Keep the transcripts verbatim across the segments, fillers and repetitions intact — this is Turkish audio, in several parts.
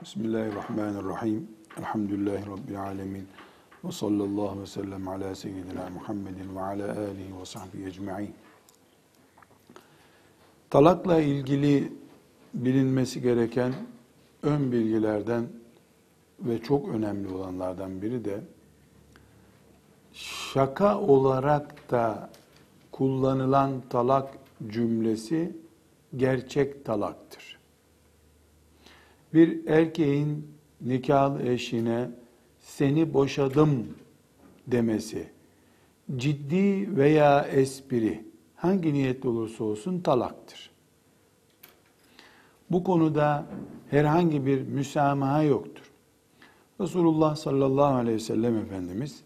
Bismillahirrahmanirrahim. Elhamdülillahi Rabbil alemin. Ve sallallahu ve sellem ala seyyidina Muhammedin ve ala alihi ve sahbihi ecma'in. Talakla ilgili bilinmesi gereken ön bilgilerden ve çok önemli olanlardan biri de şaka olarak da kullanılan talak cümlesi gerçek talaktır. Bir erkeğin nikahlı eşine seni boşadım demesi, ciddi veya espri, hangi niyetle olursa olsun talaktır. Bu konuda herhangi bir müsamaha yoktur. Resulullah sallallahu aleyhi ve sellem Efendimiz,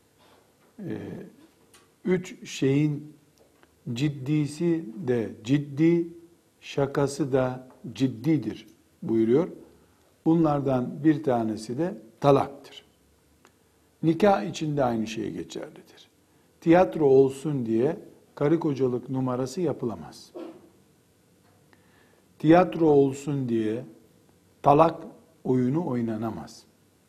üç şeyin ciddisi de ciddi, şakası da ciddidir buyuruyor. Bunlardan bir tanesi de talaktır. Nikah için de aynı şey geçerlidir. Tiyatro olsun diye karı kocalık numarası yapılamaz. Tiyatro olsun diye talak oyunu oynanamaz.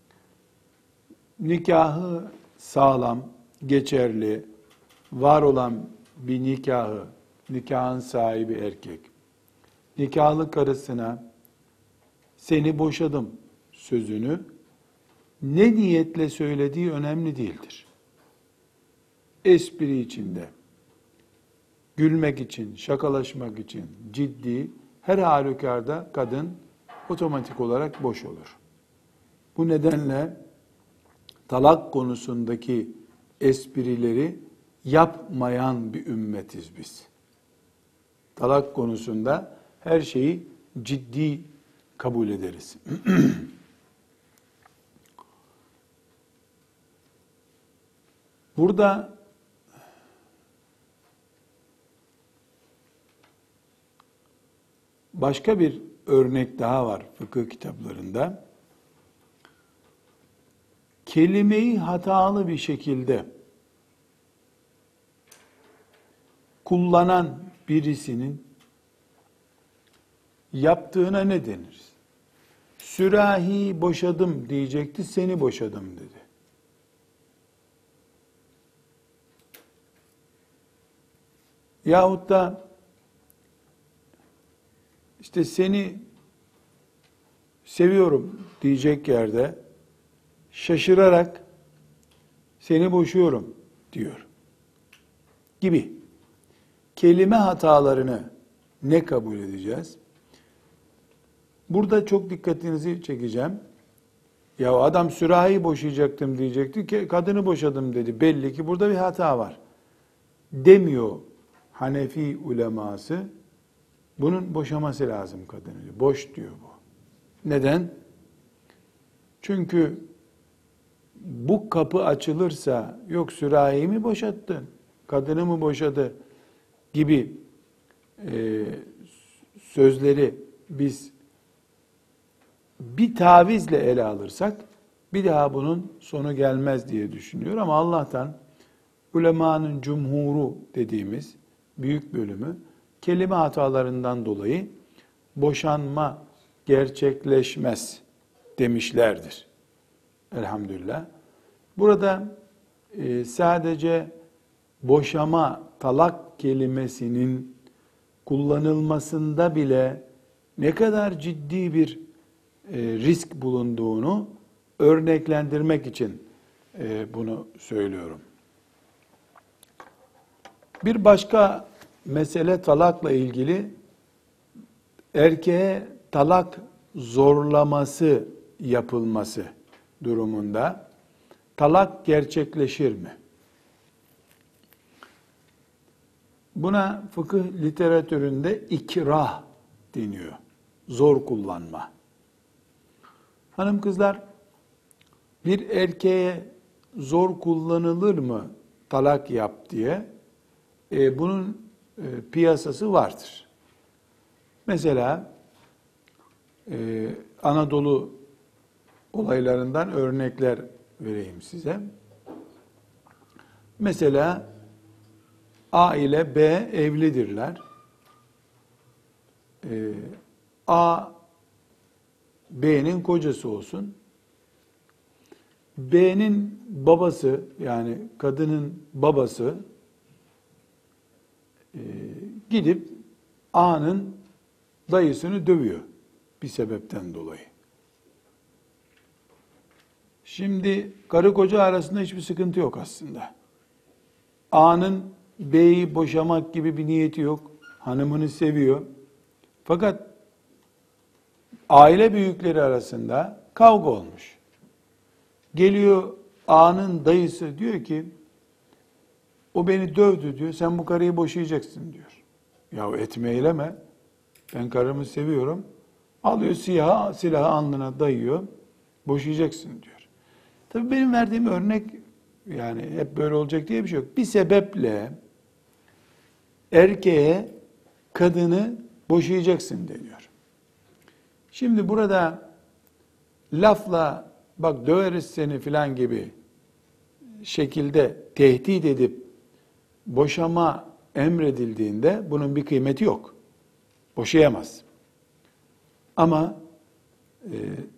Nikahı sağlam, geçerli, var olan bir nikahı, nikahın sahibi erkek, nikahlı karısına seni boşadım sözünü ne niyetle söylediği önemli değildir. Espri içinde, gülmek için, şakalaşmak için ciddi, her halükarda kadın otomatik olarak boş olur. Bu nedenle talak konusundaki esprileri yapmayan bir ümmetiz biz. Talak konusunda her şeyi ciddi kabul ederiz. Burada başka bir örnek daha var fıkıh kitaplarında. Kelimeyi hatalı bir şekilde kullanan birisinin yaptığına ne denir? Sürahi boşadım diyecekti, seni boşadım dedi. Yahut da işte seni seviyorum diyecek yerde şaşırarak seni boşuyorum diyor gibi. Kelime hatalarını ne kabul edeceğiz? Burada çok dikkatinizi çekeceğim. Ya adam sürahi boşayacaktım diyecekti ki kadını boşadım dedi. Belli ki burada bir hata var. Demiyor Hanefi uleması. Bunun boşaması lazım kadını diyor. Boş diyor bu. Neden? Çünkü bu kapı açılırsa yok sürahiyi mi boşattın, kadını mı boşadı gibi e, sözleri biz bir tavizle ele alırsak bir daha bunun sonu gelmez diye düşünüyor. Ama Allah'tan ulemanın cumhuru dediğimiz büyük bölümü kelime hatalarından dolayı boşanma gerçekleşmez demişlerdir. Elhamdülillah. Burada e, sadece boşama, talak kelimesinin kullanılmasında bile ne kadar ciddi bir e, risk bulunduğunu örneklendirmek için e, bunu söylüyorum. Bir başka mesele talakla ilgili, erkeğe talak zorlaması yapılması durumunda talak gerçekleşir mi? Buna fıkıh literatüründe ikrah deniyor. Zor kullanma. Hanım kızlar, bir erkeğe zor kullanılır mı talak yap diye e, bunun e, piyasası vardır. Mesela e, Anadolu olaylarından örnekler vereyim size. Mesela A ile B evlidirler. Ee, A B'nin kocası olsun. B'nin babası, yani kadının babası e, gidip A'nın dayısını dövüyor bir sebepten dolayı. Şimdi karı koca arasında hiçbir sıkıntı yok aslında. A'nın B'yi boşamak gibi bir niyeti yok. Hanımını seviyor. Fakat aile büyükleri arasında kavga olmuş. Geliyor A'nın dayısı, diyor ki o beni dövdü diyor. Sen bu karıyı boşayacaksın diyor. Ya etme eyleme. Ben karımı seviyorum. Alıyor silahı, silahı alnına dayıyor. Boşayacaksın diyor. Tabii benim verdiğim örnek, yani hep böyle olacak diye bir şey yok. Bir sebeple erkeğe kadını boşayacaksın deniyor. Şimdi burada lafla bak döveriz seni filan gibi şekilde tehdit edip boşama emredildiğinde bunun bir kıymeti yok. Boşayamaz. Ama e,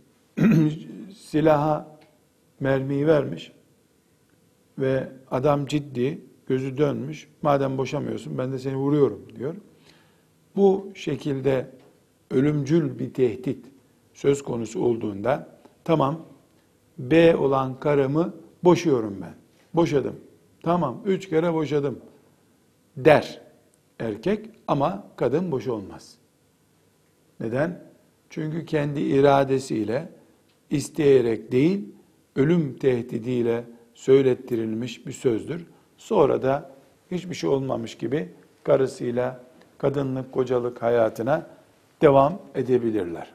silaha mermiyi vermiş ve adam ciddi, gözü dönmüş. Madem boşamıyorsun ben de seni vuruyorum diyor. Bu şekilde ölümcül bir tehdit söz konusu olduğunda tamam B olan karımı boşuyorum ben. Boşadım. Tamam üç kere boşadım der erkek ama kadın boş olmaz. Neden? Çünkü kendi iradesiyle isteyerek değil ölüm tehdidiyle söylettirilmiş bir sözdür. Sonra da hiçbir şey olmamış gibi karısıyla kadınlık, kocalık hayatına devam edebilirler.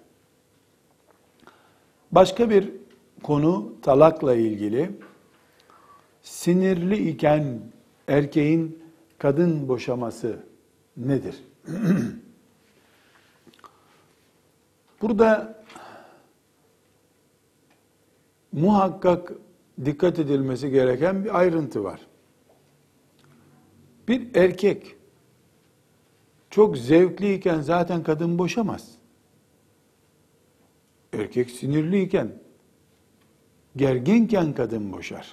Başka bir konu talakla ilgili. Sinirli iken erkeğin kadın boşaması nedir? Burada muhakkak dikkat edilmesi gereken bir ayrıntı var. Bir erkek çok zevkliyken zaten kadın boşamaz. Erkek sinirliyken, gerginken kadın boşar.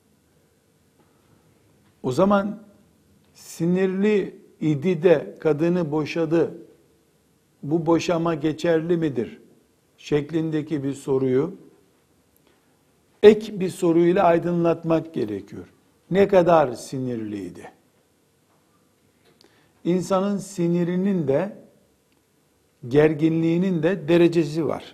O zaman sinirli idi de kadını boşadı, bu boşama geçerli midir şeklindeki bir soruyu ek bir soruyla aydınlatmak gerekiyor. Ne kadar sinirliydi? İnsanın sinirinin de gerginliğinin de derecesi var.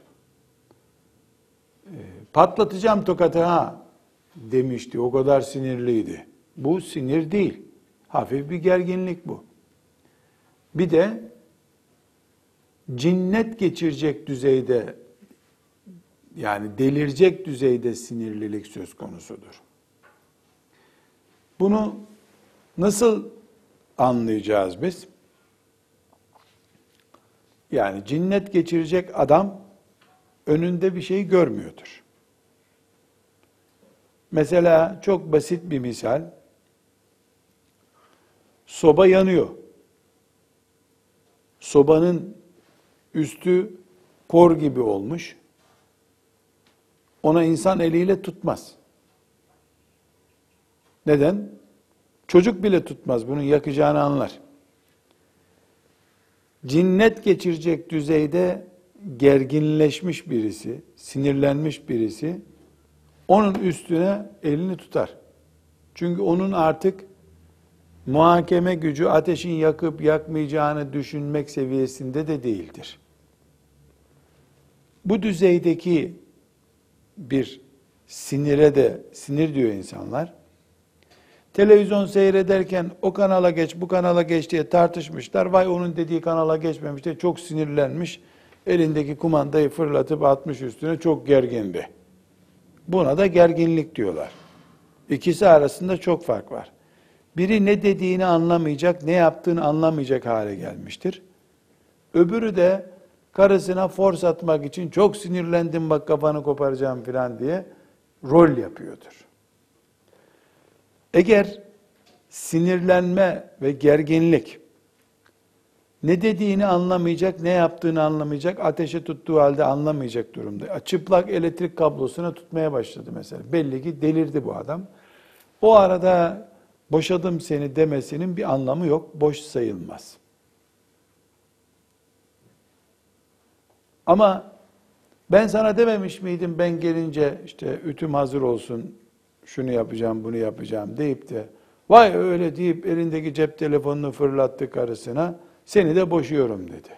E, patlatacağım tokatı ha demişti, o kadar sinirliydi. Bu sinir değil, hafif bir gerginlik bu. Bir de cinnet geçirecek düzeyde, yani delirecek düzeyde sinirlilik söz konusudur. Bunu nasıl anlayacağız biz? Yani cinnet geçirecek adam önünde bir şey görmüyordur. Mesela çok basit bir misal. Soba yanıyor. Sobanın üstü kor gibi olmuş. Ona insan eliyle tutmaz. Neden? Çocuk bile tutmaz, bunun yakacağını anlar. Cinnet geçirecek düzeyde gerginleşmiş birisi, sinirlenmiş birisi, onun üstüne elini tutar. Çünkü onun artık muhakeme gücü ateşin yakıp yakmayacağını düşünmek seviyesinde de değildir. Bu düzeydeki bir sinire de sinir diyor insanlar. Televizyon seyrederken o kanala geç, bu kanala geç diye tartışmışlar. Vay onun dediği kanala geçmemiş diye çok sinirlenmiş. Elindeki kumandayı fırlatıp atmış üstüne, çok gergindi. Buna da gerginlik diyorlar. İkisi arasında çok fark var. Biri ne dediğini anlamayacak, ne yaptığını anlamayacak hale gelmiştir. Öbürü de karısına fors atmak için çok sinirlendim bak kafanı koparacağım filan diye rol yapıyordur. Eğer sinirlenme ve gerginlik Ne dediğini anlamayacak, ne yaptığını anlamayacak, ateşe tuttuğu halde anlamayacak durumda. Çıplak elektrik kablosuna tutmaya başladı mesela. Belli ki delirdi bu adam. O arada boşadım seni demesinin bir anlamı yok, boş sayılmaz. Ama ben sana dememiş miydim ben gelince işte ütüm hazır olsun, şunu yapacağım, bunu yapacağım deyip de vay öyle deyip elindeki cep telefonunu fırlattı karısına, seni de boşuyorum dedi.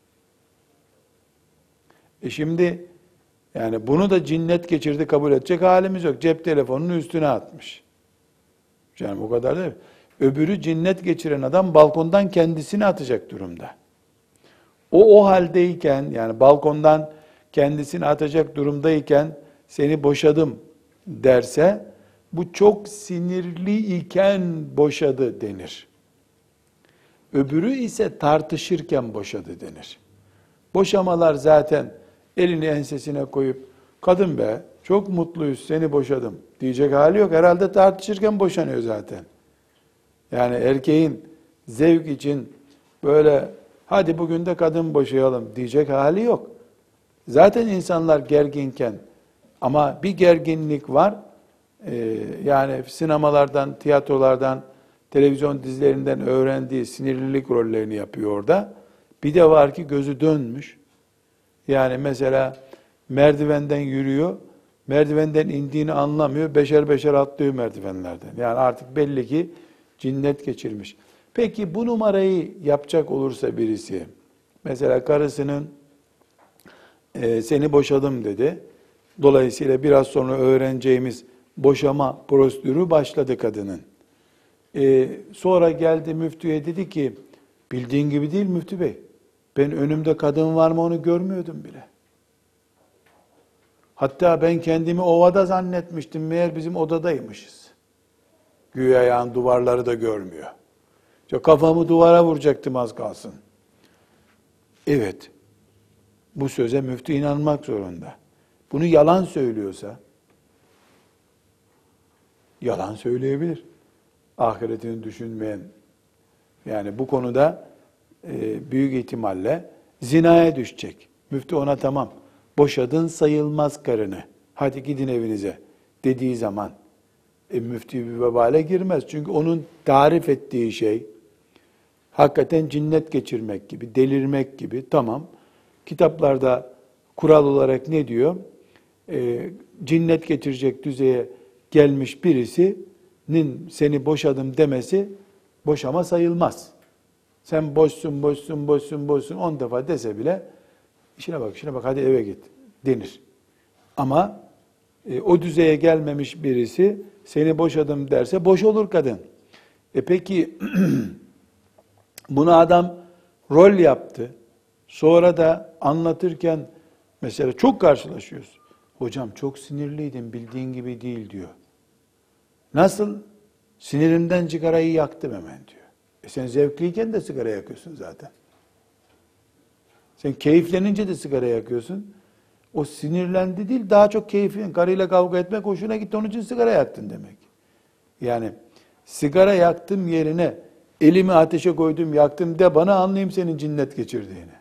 E şimdi yani bunu da cinnet geçirdi kabul edecek halimiz yok. Cep telefonunu üstüne atmış. Yani o kadar değil mi? Öbürü cinnet geçiren adam balkondan kendisini atacak durumda. O o haldeyken yani balkondan kendisini atacak durumdayken seni boşadım derse bu çok sinirli iken boşadı denir. Öbürü ise tartışırken boşadı denir. Boşamalar zaten elini ensesine koyup kadın be çok mutluyuz seni boşadım diyecek hali yok. Herhalde tartışırken boşanıyor zaten. Yani erkeğin zevk için böyle hadi bugün de kadın boşayalım diyecek hali yok. Zaten insanlar gerginken ama bir gerginlik var. Ee, yani sinemalardan, tiyatrolardan, televizyon dizilerinden öğrendiği sinirlilik rollerini yapıyor orada. Bir de var ki gözü dönmüş. Yani mesela merdivenden yürüyor, merdivenden indiğini anlamıyor, beşer beşer atlıyor merdivenlerden. Yani artık belli ki cinnet geçirmiş. Peki bu numarayı yapacak olursa birisi, mesela karısının e, seni boşadım dedi. Dolayısıyla biraz sonra öğreneceğimiz boşama prosedürü başladı kadının. E, sonra geldi müftüye dedi ki, bildiğin gibi değil müftü bey. Ben önümde kadın var mı onu görmüyordum bile. Hatta ben kendimi ovada zannetmiştim. Meğer bizim odadaymışız. Güya yani duvarları da görmüyor. İşte kafamı duvara vuracaktım az kalsın. Evet. Bu söze müftü inanmak zorunda. Bunu yalan söylüyorsa yalan söyleyebilir. Ahiretini düşünmeyen. Yani bu konuda e, büyük ihtimalle zinaya düşecek. Müftü ona tamam. Boşadın sayılmaz karını. Hadi gidin evinize dediği zaman e, müftü bir vebale girmez. Çünkü onun tarif ettiği şey hakikaten cinnet geçirmek gibi, delirmek gibi. Tamam. Kitaplarda kural olarak ne diyor? E, cinnet geçirecek düzeye gelmiş birisinin seni boşadım demesi boşama sayılmaz. Sen boşsun, boşsun, boşsun, boşsun on defa dese bile işine bak, işine bak hadi eve git denir. Ama e, o düzeye gelmemiş birisi seni boşadım derse boş olur kadın. E peki bunu adam rol yaptı. Sonra da anlatırken mesela çok karşılaşıyoruz. Hocam çok sinirliydim bildiğin gibi değil diyor. Nasıl? Sinirimden sigarayı yaktım hemen diyor. E sen zevkliyken de sigara yakıyorsun zaten. Sen keyiflenince de sigara yakıyorsun. O sinirlendi değil, daha çok keyfin. Karıyla kavga etmek hoşuna gitti, onun için sigara yaktın demek. Yani sigara yaktım yerine elimi ateşe koydum yaktım de bana anlayayım senin cinnet geçirdiğini.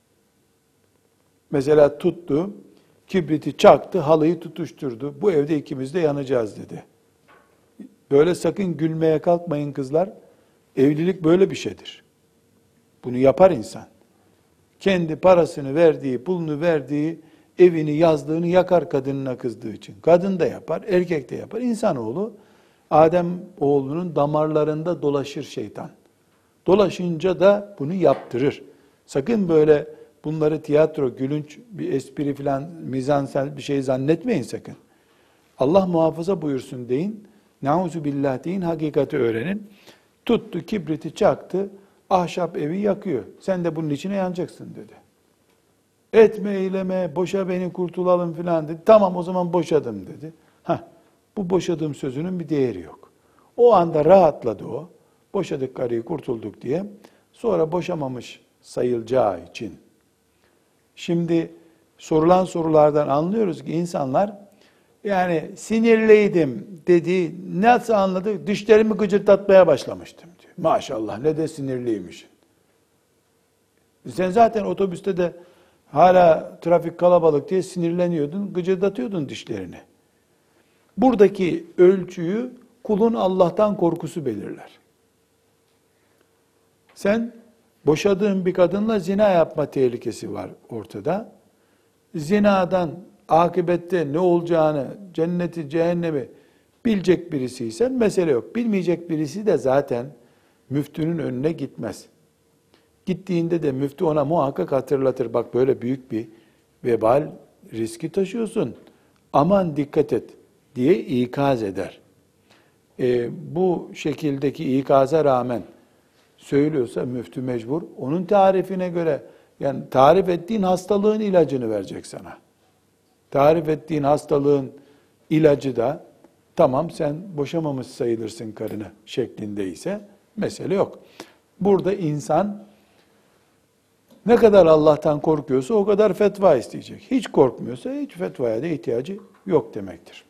Mesela tuttu, kibriti çaktı, halıyı tutuşturdu. Bu evde ikimiz de yanacağız dedi. Böyle sakın gülmeye kalkmayın kızlar. Evlilik böyle bir şeydir. Bunu yapar insan. Kendi parasını verdiği, pulunu verdiği, evini, yazlığını yakar kadınına kızdığı için. Kadın da yapar, erkek de yapar. İnsanoğlu, Adem oğlunun damarlarında dolaşır şeytan. Dolaşınca da bunu yaptırır. Sakın böyle bunları tiyatro, gülünç, bir espri filan, mizansel bir şey zannetmeyin sakın. Allah muhafaza buyursun deyin. Nauzu billah deyin, hakikati öğrenin. Tuttu, kibriti çaktı, ahşap evi yakıyor. Sen de bunun içine yanacaksın dedi. Etme eyleme, boşa beni kurtulalım filan dedi. Tamam o zaman boşadım dedi. Heh, bu boşadığım sözünün bir değeri yok. O anda rahatladı o. Boşadık karıyı kurtulduk diye. Sonra boşamamış sayılacağı için. Şimdi sorulan sorulardan anlıyoruz ki insanlar yani sinirliydim dedi. Nasıl anladı? Dişlerimi gıcırdatmaya başlamıştım diyor. Maşallah ne de sinirliymiş. Sen zaten otobüste de hala trafik kalabalık diye sinirleniyordun, gıcırdatıyordun dişlerini. Buradaki ölçüyü kulun Allah'tan korkusu belirler. Sen boşadığın bir kadınla zina yapma tehlikesi var ortada. Zinadan akıbette ne olacağını, cenneti, cehennemi bilecek birisiysen mesele yok. Bilmeyecek birisi de zaten müftünün önüne gitmez. Gittiğinde de müftü ona muhakkak hatırlatır. Bak böyle büyük bir vebal riski taşıyorsun. Aman dikkat et diye ikaz eder. E, bu şekildeki ikaza rağmen söylüyorsa müftü mecbur. Onun tarifine göre, yani tarif ettiğin hastalığın ilacını verecek sana. Tarif ettiğin hastalığın ilacı da tamam sen boşamamış sayılırsın karını şeklindeyse mesele yok. Burada insan ne kadar Allah'tan korkuyorsa o kadar fetva isteyecek. Hiç korkmuyorsa hiç fetvaya da ihtiyacı yok demektir.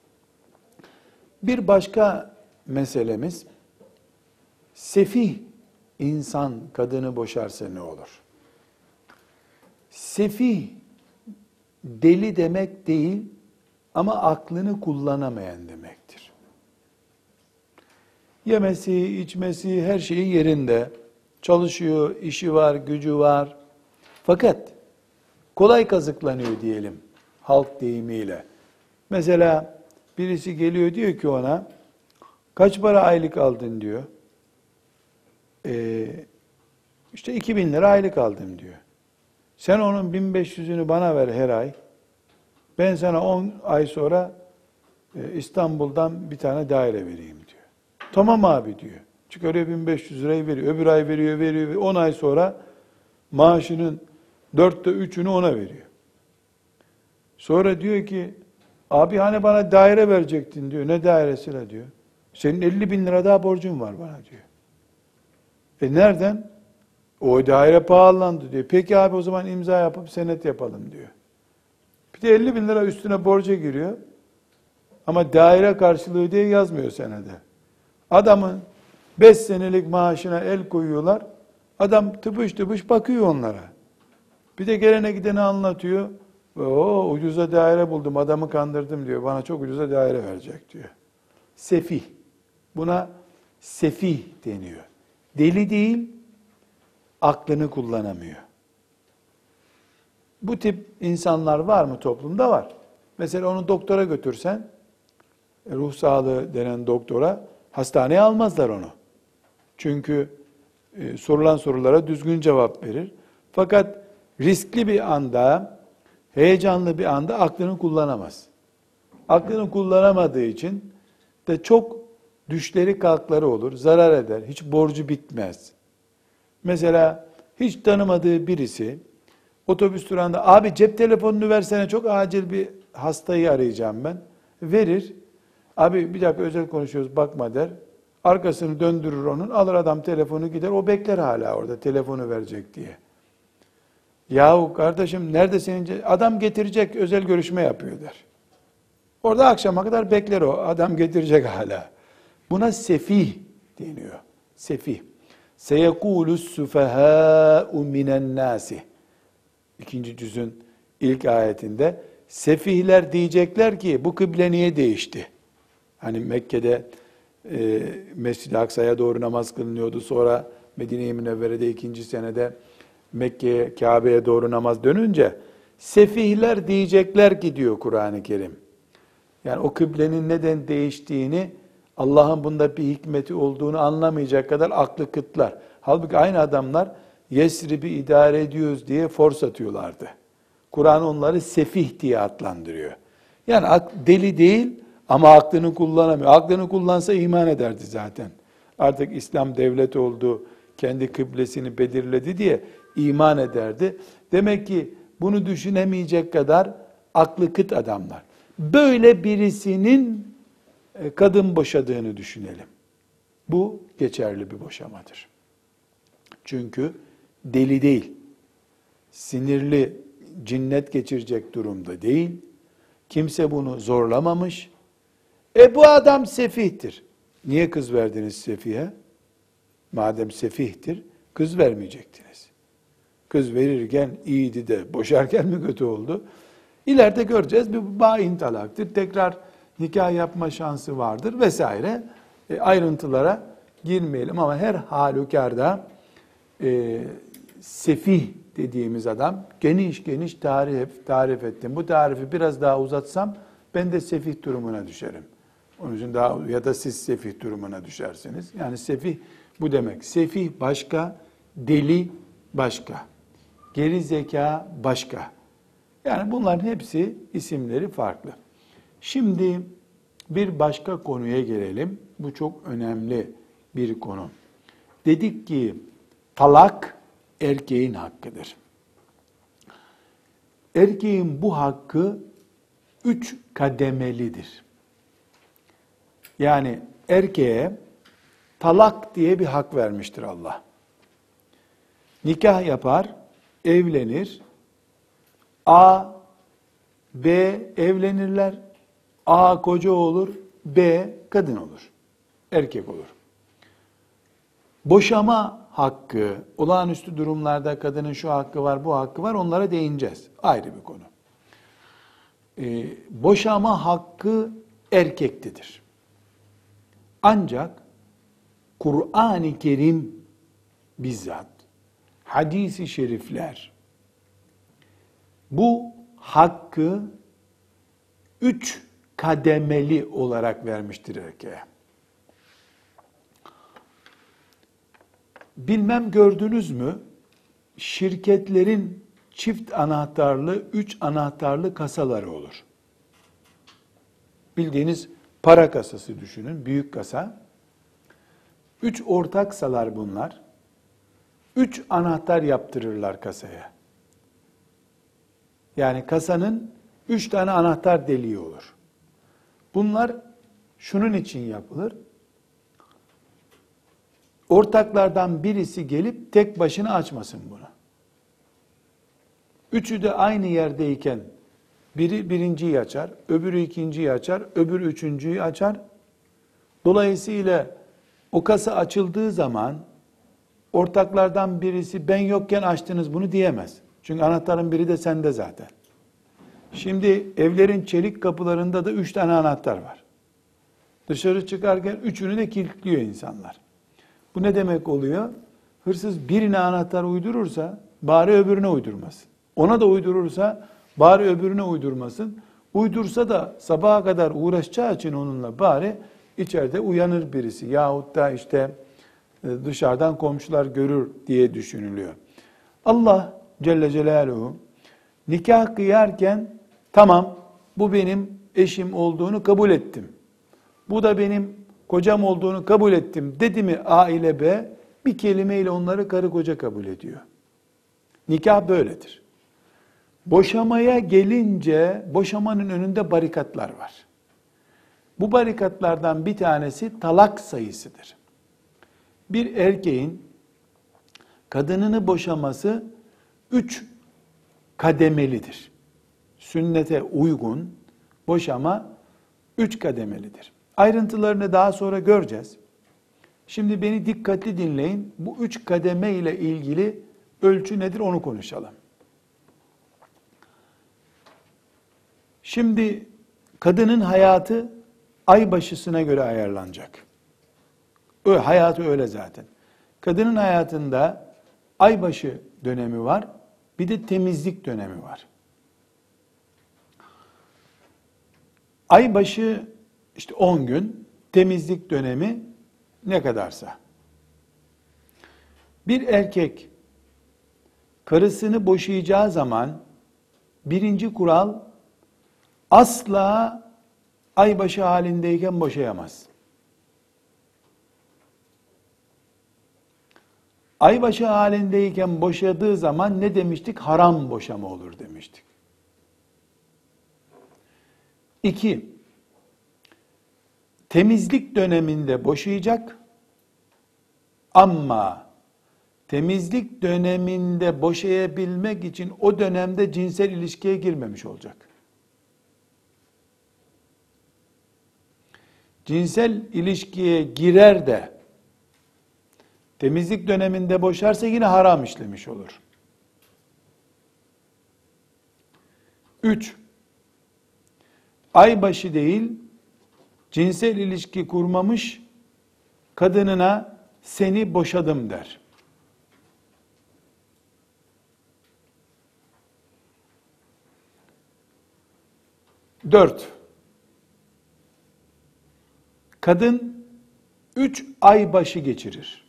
Bir başka meselemiz, sefih insan kadını boşarsa ne olur? Sefih deli demek değil ama aklını kullanamayan demektir. Yemesi, içmesi, her şeyi yerinde. Çalışıyor, işi var, gücü var. Fakat kolay kazıklanıyor diyelim halk deyimiyle. Mesela birisi geliyor diyor ki ona, kaç para aylık aldın diyor. Ee, işte iki bin lira aylık aldım diyor. Sen onun bin beş yüzünü bana ver her ay. Ben sana on ay sonra e, İstanbul'dan bir tane daire vereyim diyor. Tamam abi diyor. Çıkarıyor bin beş yüz lirayı veriyor. Öbür ay veriyor, veriyor. on ay sonra maaşının dörtte üçünü ona veriyor. Sonra diyor ki, abi hani bana daire verecektin diyor. Ne dairesiyle diyor. Senin elli bin lira daha borcun var bana diyor. E nereden? O daire pahalandı diyor. Peki abi o zaman imza yapıp senet yapalım diyor. Bir de elli bin lira üstüne borca giriyor. Ama daire karşılığı diye yazmıyor senede. Adamın beş senelik maaşına el koyuyorlar. Adam tıpış tıpış bakıyor onlara. Bir de gelene gidene anlatıyor. O ucuza daire buldum, adamı kandırdım diyor. Bana çok ucuza daire verecek diyor. Sefih. Buna sefih deniyor. Deli değil, aklını kullanamıyor. Bu tip insanlar var mı toplumda? Var. Mesela onu doktora götürsen, ruh sağlığı denen doktora, hastaneye almazlar onu. Çünkü e, sorulan sorulara düzgün cevap verir. Fakat riskli bir anda, heyecanlı bir anda aklını kullanamaz. Aklını kullanamadığı için de çok düşleri kalkları olur, zarar eder, hiç borcu bitmez. Mesela hiç tanımadığı birisi otobüs durağında, abi cep telefonunu versene çok acil bir hastayı arayacağım ben. Verir. Abi bir dakika özel konuşuyoruz bakma der. Arkasını döndürür onun, alır adam telefonu gider, o bekler hala orada telefonu verecek diye. Yahu kardeşim nerede senin, adam getirecek özel görüşme yapıyor der. Orada akşama kadar bekler o, adam getirecek hala. Buna sefih deniyor. Sefih. Seyekûlus sufehâ'u minen nâsi. İkinci cüzün ilk ayetinde sefihler diyecekler ki bu kıble niye değişti? Hani Mekke'de e, Mescid-i Aksa'ya doğru namaz kılınıyordu. Sonra Medine-i Münevvere'de ikinci senede Mekke'ye, Kabe'ye doğru namaz dönünce sefihler diyecekler ki diyor Kur'an-ı Kerim. Yani o kıblenin neden değiştiğini, Allah'ın bunda bir hikmeti olduğunu anlamayacak kadar aklı kıtlar. Halbuki aynı adamlar Yesrib'i idare ediyoruz diye fors atıyorlardı. Kur'an onları sefih diye adlandırıyor. Yani deli değil ama aklını kullanamıyor. Aklını kullansa iman ederdi zaten. Artık İslam devleti oldu, kendi kıblesini belirledi diye iman ederdi. Demek ki bunu düşünemeyecek kadar aklı kıt adamlar. Böyle birisinin kadın boşadığını düşünelim. Bu geçerli bir boşamadır. Çünkü deli değil, sinirli, cinnet geçirecek durumda değil, kimse bunu zorlamamış. E bu adam sefihtir. Niye kız verdiniz sefihe? Madem sefihtir, kız vermeyecektiniz. Kız verirken iyiydi de boşarken mi kötü oldu? İleride göreceğiz. Bir bain talaktır. Tekrar nikah yapma şansı vardır vesaire. E, ayrıntılara girmeyelim ama her halükarda e, sefih dediğimiz adam geniş geniş tarif, tarif ettim. Bu tarifi biraz daha uzatsam ben de sefih durumuna düşerim. Onun için daha ya da siz sefih durumuna düşersiniz. Yani sefih bu demek. Sefih başka, deli başka, geri zeka başka. Yani bunların hepsi isimleri farklı. Şimdi bir başka konuya gelelim. Bu çok önemli bir konu. Dedik ki talak erkeğin hakkıdır. Erkeğin bu hakkı üç kademelidir. Yani erkeğe talak diye bir hak vermiştir Allah. Nikah yapar, evlenir. A, B evlenirler. A koca olur, B kadın olur. Erkek olur. Boşama hakkı, olağanüstü durumlarda kadının şu hakkı var, bu hakkı var, onlara değineceğiz. Ayrı bir konu. Ee, boşama hakkı erkektedir. Ancak Kur'an-ı Kerim bizzat, hadis-i şerifler bu hakkı üç kademeli olarak vermiştir erkeğe. Bilmem gördünüz mü? Şirketlerin çift anahtarlı, üç anahtarlı kasaları olur. Bildiğiniz para kasası düşünün, büyük kasa. Üç ortak salar bunlar. Üç anahtar yaptırırlar kasaya. Yani kasanın üç tane anahtar deliği olur. Bunlar şunun için yapılır. Ortaklardan birisi gelip tek başına açmasın bunu. Üçü de aynı yerdeyken biri birinciyi açar, öbürü ikinciyi açar, öbürü üçüncüyü açar. Dolayısıyla o kasa açıldığı zaman ortaklardan birisi ben yokken açtınız bunu diyemez. Çünkü anahtarın biri de sende zaten. Şimdi evlerin çelik kapılarında da üç tane anahtar var. Dışarı çıkarken üçünü de kilitliyor insanlar. Bu ne demek oluyor? Hırsız birine anahtar uydurursa bari öbürüne uydurmasın. Ona da uydurursa bari öbürüne uydurmasın. Uydursa da sabaha kadar uğraşacağı için onunla bari içeride uyanır birisi. Yahut da işte dışarıdan komşular görür diye düşünülüyor. Allah Celle Celaluhu nikah kıyarken tamam bu benim eşim olduğunu kabul ettim. Bu da benim kocam olduğunu kabul ettim dedi mi A ile B bir kelimeyle onları karı koca kabul ediyor. Nikah böyledir. Boşamaya gelince boşamanın önünde barikatlar var. Bu barikatlardan bir tanesi talak sayısıdır. Bir erkeğin kadınını boşaması üç kademelidir. Sünnete uygun boşama üç kademelidir. Ayrıntılarını daha sonra göreceğiz. Şimdi beni dikkatli dinleyin. Bu üç kademe ile ilgili ölçü nedir onu konuşalım. Şimdi kadının hayatı ay başısına göre ayarlanacak. Öyle, hayatı öyle zaten. Kadının hayatında aybaşı dönemi var, bir de temizlik dönemi var. Aybaşı işte on gün, temizlik dönemi ne kadarsa. Bir erkek karısını boşayacağı zaman birinci kural asla aybaşı halindeyken boşayamaz. Aybaşı halindeyken boşadığı zaman ne demiştik? Haram boşama olur demiştik. İki, temizlik döneminde boşayacak ama temizlik döneminde boşayabilmek için o dönemde cinsel ilişkiye girmemiş olacak. Cinsel ilişkiye girer de temizlik döneminde boşarsa yine haram işlemiş olur. Üç, aybaşı değil, cinsel ilişki kurmamış kadınına seni boşadım der. Dört, kadın üç aybaşı geçirir.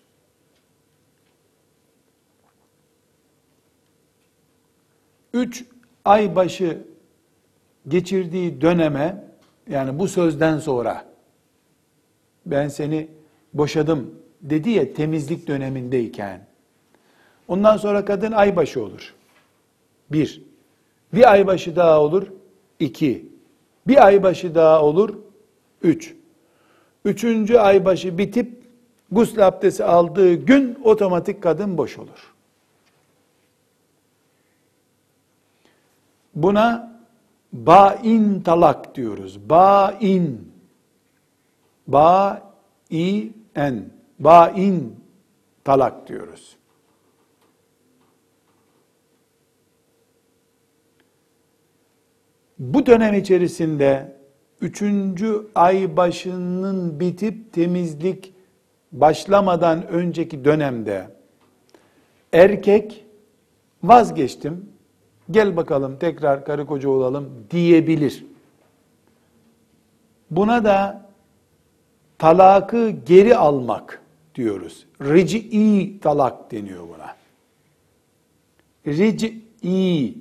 Üç aybaşı geçirdiği döneme, yani bu sözden sonra ben seni boşadım dedi ya temizlik dönemindeyken, ondan sonra kadın aybaşı olur. Bir. Bir aybaşı daha olur. İki. Bir aybaşı daha olur. Üç. Üçüncü aybaşı bitip gusül abdesti aldığı gün otomatik kadın boş olur. Buna bain talak diyoruz. Bain. Ba-i-en. Bain talak diyoruz. Bu dönem içerisinde üçüncü ay başının bitip temizlik başlamadan önceki dönemde erkek vazgeçtim, gel bakalım tekrar karı koca olalım diyebilir. Buna da talakı geri almak diyoruz. Ric'i talak deniyor buna. Ric'i,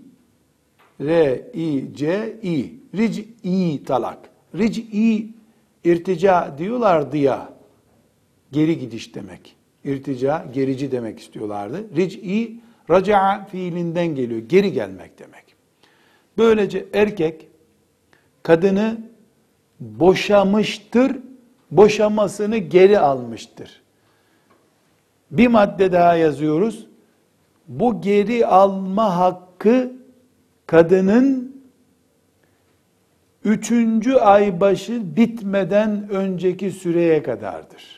R-I-C-I, Ric'i talak. Ric'i irtica diyorlardı ya, geri gidiş demek. İrtica, gerici demek istiyorlardı. Ric'i, raca'a fiilinden geliyor, geri gelmek demek. Böylece erkek kadını boşamıştır, boşamasını geri almıştır. Bir madde daha yazıyoruz. Bu geri alma hakkı kadının üçüncü ay başı bitmeden önceki süreye kadardır.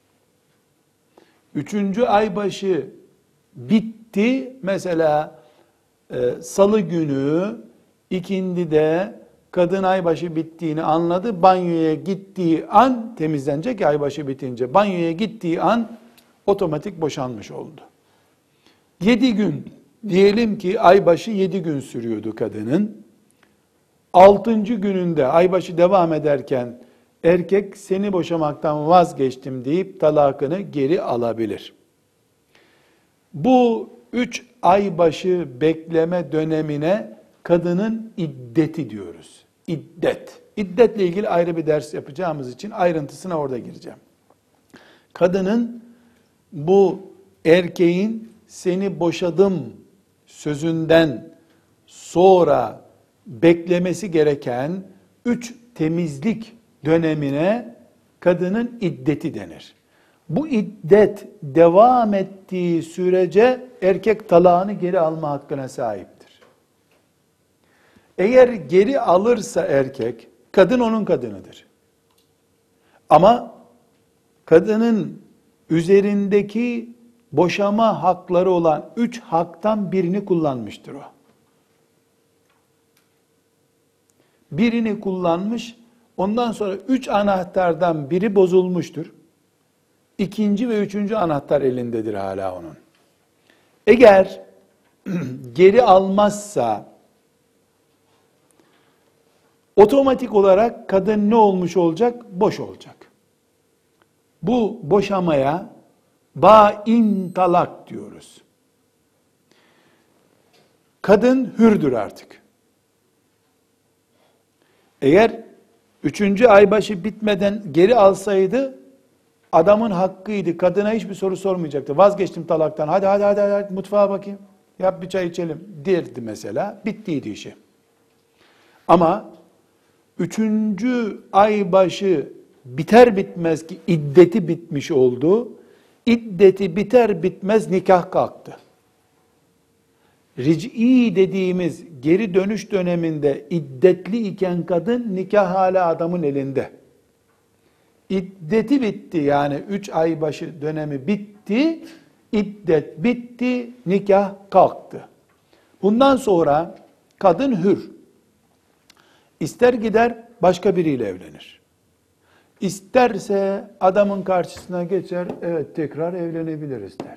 Üçüncü ay başı bitti. Mesela e, salı günü ikindide kadın aybaşı bittiğini anladı. Banyoya gittiği an, temizlenecek aybaşı bitince, banyoya gittiği an otomatik boşanmış oldu. Yedi gün, diyelim ki aybaşı yedi gün sürüyordu kadının. Altıncı gününde aybaşı devam ederken erkek seni boşamaktan vazgeçtim deyip talakını geri alabilir. Bu üç aybaşı bekleme dönemine kadının iddeti diyoruz. İddet. İddetle ilgili ayrı bir ders yapacağımız için ayrıntısına orada gireceğim. Kadının bu erkeğin seni boşadım sözünden sonra beklemesi gereken üç temizlik dönemine kadının iddeti denir. Bu iddet devam ettiği sürece erkek talağını geri alma hakkına sahiptir. Eğer geri alırsa erkek, kadın onun kadınıdır. Ama kadının üzerindeki boşama hakları olan üç haktan birini kullanmıştır o. Birini kullanmış, ondan sonra üç anahtardan biri bozulmuştur. İkinci ve üçüncü anahtar elindedir hala onun. Eğer geri almazsa, otomatik olarak kadın ne olmuş olacak? Boş olacak. Bu boşamaya bain talak diyoruz. Kadın hürdür artık. Eğer üçüncü aybaşı bitmeden geri alsaydı, adamın hakkıydı. Kadına hiçbir soru sormayacaktı. Vazgeçtim talaktan. Hadi hadi hadi, hadi mutfağa bakayım. Yap bir çay içelim derdi mesela. Bittiydi işi. Ama üçüncü aybaşı biter bitmez ki iddeti bitmiş oldu. İddeti biter bitmez nikah kalktı. Ric'i dediğimiz geri dönüş döneminde iddetli iken kadın, nikah hala adamın elinde. İddeti bitti, yani üç ay başı dönemi bitti, iddet bitti, nikah kalktı. Bundan sonra kadın hür. İster gider başka biriyle evlenir. İsterse adamın karşısına geçer, evet tekrar evlenebiliriz der.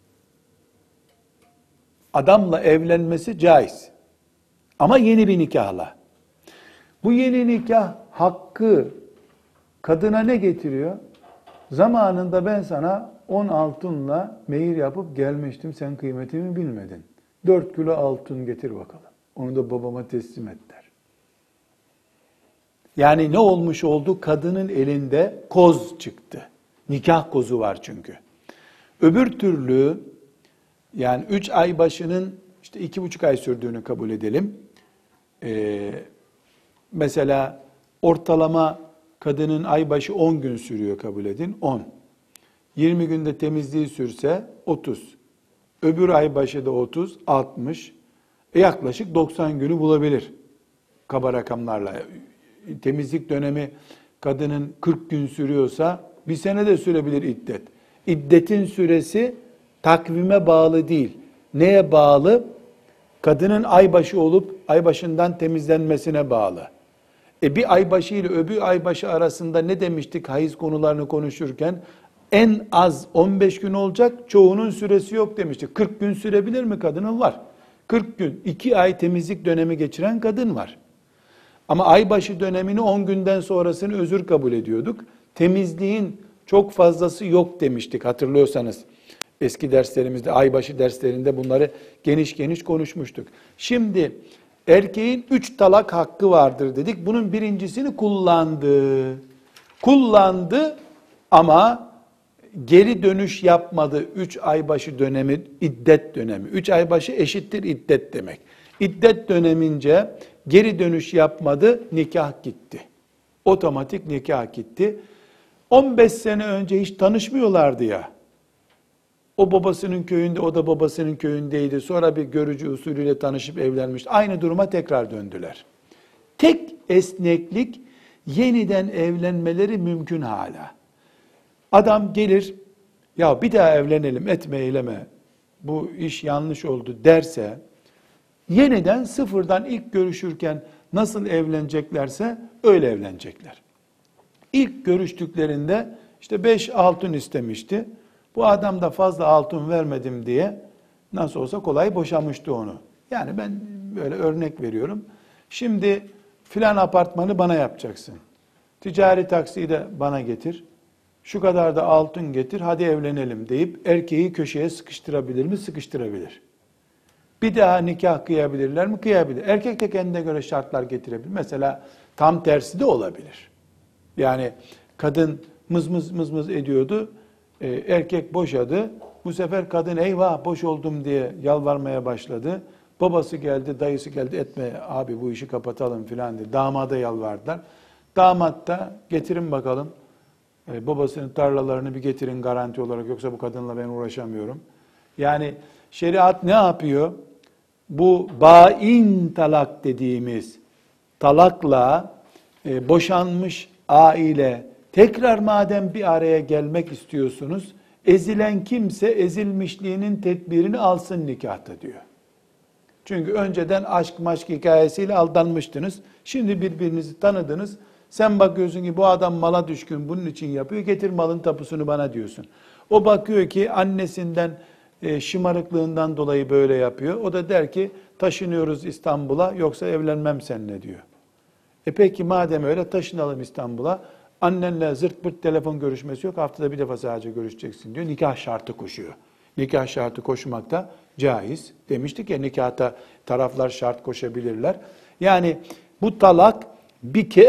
Adamla evlenmesi caiz. Ama yeni bir nikahla. Bu yeni nikah hakkı kadına ne getiriyor? Zamanında ben sana on altınla mehir yapıp gelmiştim, sen kıymetimi bilmedin. Dört kilo altın getir bakalım. Onu da babama teslim et der. Yani ne olmuş oldu? Kadının elinde koz çıktı. Nikah kozu var çünkü. Öbür türlü yani üç ay başının işte iki buçuk ay sürdüğünü kabul edelim. Ee, mesela ortalama kadının ay başı on gün sürüyor kabul edin. on. yirmi günde temizliği sürse otuz. Öbür ay başı da otuz, altmış. E yaklaşık doksan günü bulabilir. Kaba rakamlarla. Temizlik dönemi kadının kırk gün sürüyorsa bir sene de sürebilir iddet. İddetin süresi takvime bağlı değil. Neye bağlı? Kadının aybaşı olup aybaşından temizlenmesine bağlı. E bir aybaşı ile öbür aybaşı arasında ne demiştik hayız konularını konuşurken? En az on beş gün olacak, çoğunun süresi yok demiştik. kırk gün sürebilir mi kadının? Var. kırk gün, iki ay temizlik dönemi geçiren kadın var. Ama aybaşı dönemini on günden sonrasını özür kabul ediyorduk. Temizliğin çok fazlası yok demiştik hatırlıyorsanız. Eski derslerimizde, aybaşı derslerinde bunları geniş geniş konuşmuştuk. Şimdi erkeğin üç talak hakkı vardır dedik. Bunun birincisini kullandı. Kullandı ama geri dönüş yapmadı. Üç aybaşı dönemi, iddet dönemi. Üç aybaşı eşittir iddet demek. İddet dönemince geri dönüş yapmadı, nikah gitti. Otomatik nikah gitti. on beş sene önce hiç tanışmıyorlardı ya. O babasının köyünde, o da babasının köyündeydi. Sonra bir görücü usulüyle tanışıp evlenmiş. Aynı duruma tekrar döndüler. Tek esneklik, yeniden evlenmeleri mümkün hala. Adam gelir, ya bir daha evlenelim, etme eyleme, bu iş yanlış oldu derse, yeniden sıfırdan ilk görüşürken nasıl evleneceklerse öyle evlenecekler. İlk görüştüklerinde işte beş altın istemişti. Bu adam da fazla altın vermedim diye nasıl olsa kolay boşamıştı onu. Yani ben böyle örnek veriyorum. Şimdi filan apartmanı bana yapacaksın. Ticari taksiyi de bana getir. Şu kadar da altın getir, hadi evlenelim deyip erkeği köşeye sıkıştırabilir mi? Sıkıştırabilir. Bir daha nikah kıyabilirler mi? Kıyabilir. Erkek de kendine göre şartlar getirebilir. Mesela tam tersi de olabilir. Yani kadın mız mız mız mız ediyordu. E, erkek boşadı. Bu sefer kadın eyvah boş oldum diye yalvarmaya başladı. Babası geldi, dayısı geldi, etme abi bu işi kapatalım filan diye. Damada yalvardılar. Damat da getirin bakalım. E, babasının tarlalarını bir getirin garanti olarak, yoksa bu kadınla ben uğraşamıyorum. Yani şeriat ne yapıyor? Bu bain talak dediğimiz talakla e, boşanmış aile tekrar madem bir araya gelmek istiyorsunuz, ezilen kimse ezilmişliğinin tedbirini alsın nikahta diyor. Çünkü önceden aşk maşk hikayesiyle aldanmıştınız. Şimdi birbirinizi tanıdınız. Sen bakıyorsun ki bu adam mala düşkün, bunun için yapıyor. Getir malın tapusunu bana diyorsun. O bakıyor ki annesinden e, şımarıklığından dolayı böyle yapıyor. O da der ki taşınıyoruz İstanbul'a, yoksa evlenmem seninle diyor. E peki madem öyle taşınalım İstanbul'a. Annenle zırt pırt telefon görüşmesi yok. Haftada bir defa sadece görüşeceksin diyor. Nikah şartı koşuyor. Nikah şartı koşmak da caiz. Demiştik ya, nikahta taraflar şart koşabilirler. Yani bu talak bir ke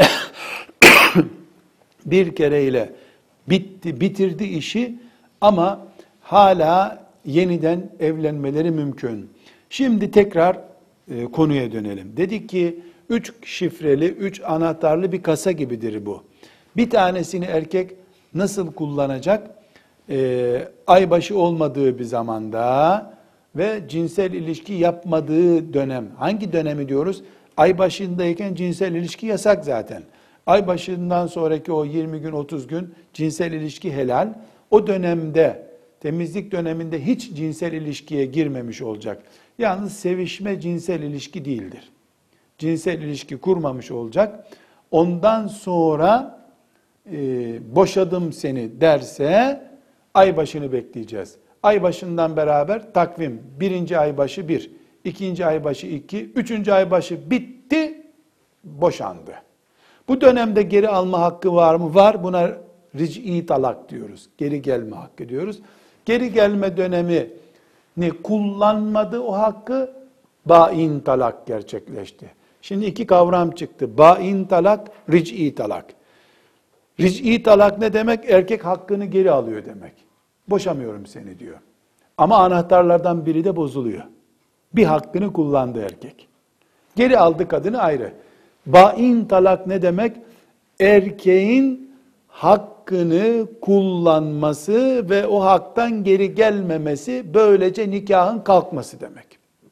bir kereyle bitti, bitirdi işi ama hala yeniden evlenmeleri mümkün. Şimdi tekrar e, konuya dönelim. Dedik ki üç şifreli, üç anahtarlı bir kasa gibidir bu. Bir tanesini erkek nasıl kullanacak? Ee, aybaşı olmadığı bir zamanda ve cinsel ilişki yapmadığı dönem. Hangi dönemi diyoruz? Aybaşındayken cinsel ilişki yasak zaten. Aybaşından sonraki o yirmi gün, otuz gün cinsel ilişki helal. O dönemde, temizlik döneminde hiç cinsel ilişkiye girmemiş olacak. Yalnız sevişme cinsel ilişki değildir. cinsel ilişki kurmamış olacak. Ondan sonra e, boşadım seni derse ay başını bekleyeceğiz. Ay başından beraber takvim. Birinci ay başı bir, ikinci ay başı iki, üçüncü ay başı bitti, boşandı. Bu dönemde geri alma hakkı var mı? Var. Buna ric'i talak diyoruz. Geri gelme hakkı diyoruz. Geri gelme dönemini kullanmadı o hakkı, bain talak gerçekleşti. Şimdi iki kavram çıktı. Bain talak, ric'i talak. Ric'i talak ne demek? Erkek hakkını geri alıyor demek. Boşamıyorum seni diyor. Ama anahtarlardan biri de bozuluyor. Bir hakkını kullandı erkek. Geri aldı kadını ayrı. Bain talak ne demek? Erkeğin hakkını kullanması ve o haktan geri gelmemesi, böylece nikahın kalkması demek.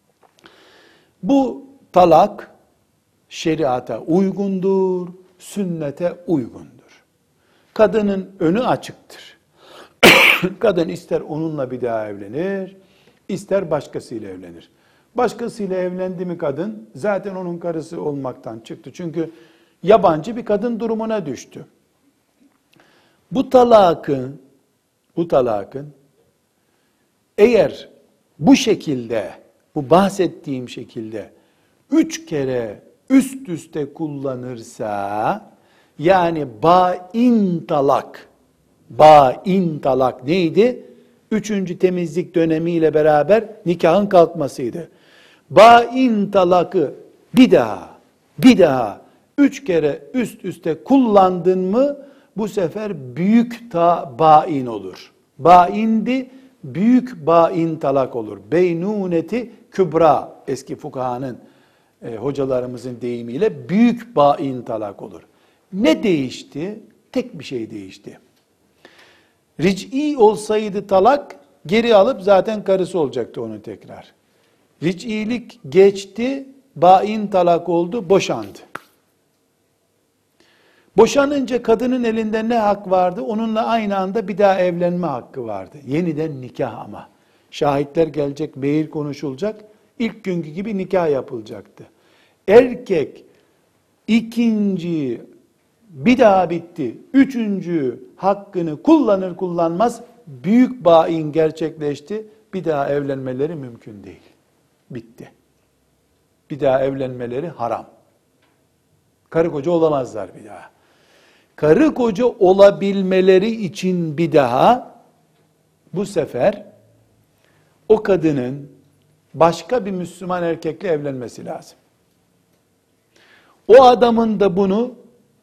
Bu talak şeriata uygundur, sünnete uygundur. Kadının önü açıktır. Kadın ister onunla bir daha evlenir, ister başkasıyla evlenir. Başkasıyla evlendi mi kadın, zaten onun karısı olmaktan çıktı. Çünkü yabancı bir kadın durumuna düştü. Bu talakın, bu talakın eğer bu şekilde, bu bahsettiğim şekilde üç kere üst üste kullanırsa, yani bain talak, bain talak neydi? Üçüncü temizlik dönemiyle beraber nikahın kalkmasıydı. Bain talakı bir daha, bir daha, üç kere üst üste kullandın mı, bu sefer büyük ta bain olur. Baindi, büyük bain talak olur. Beynuneti kübra, eski fukahanın, e, hocalarımızın deyimiyle büyük bain talak olur. Ne değişti? Tek bir şey değişti. Ric'i olsaydı talak, geri alıp zaten karısı olacaktı onu tekrar. Ric'ilik geçti, bain talak oldu, boşandı. Boşanınca kadının elinde ne hak vardı? Onunla aynı anda bir daha evlenme hakkı vardı. Yeniden nikah ama. Şahitler gelecek, mehir konuşulacak. İlk günkü gibi nikah yapılacaktı. Erkek ikinci, bir daha bitti, üçüncü hakkını kullanır kullanmaz büyük bain gerçekleşti. Bir daha evlenmeleri mümkün değil. Bitti. Bir daha evlenmeleri haram. Karı koca olamazlar bir daha. Karı koca olabilmeleri için bir daha bu sefer o kadının başka bir Müslüman erkekle evlenmesi lazım. O adamın da bunu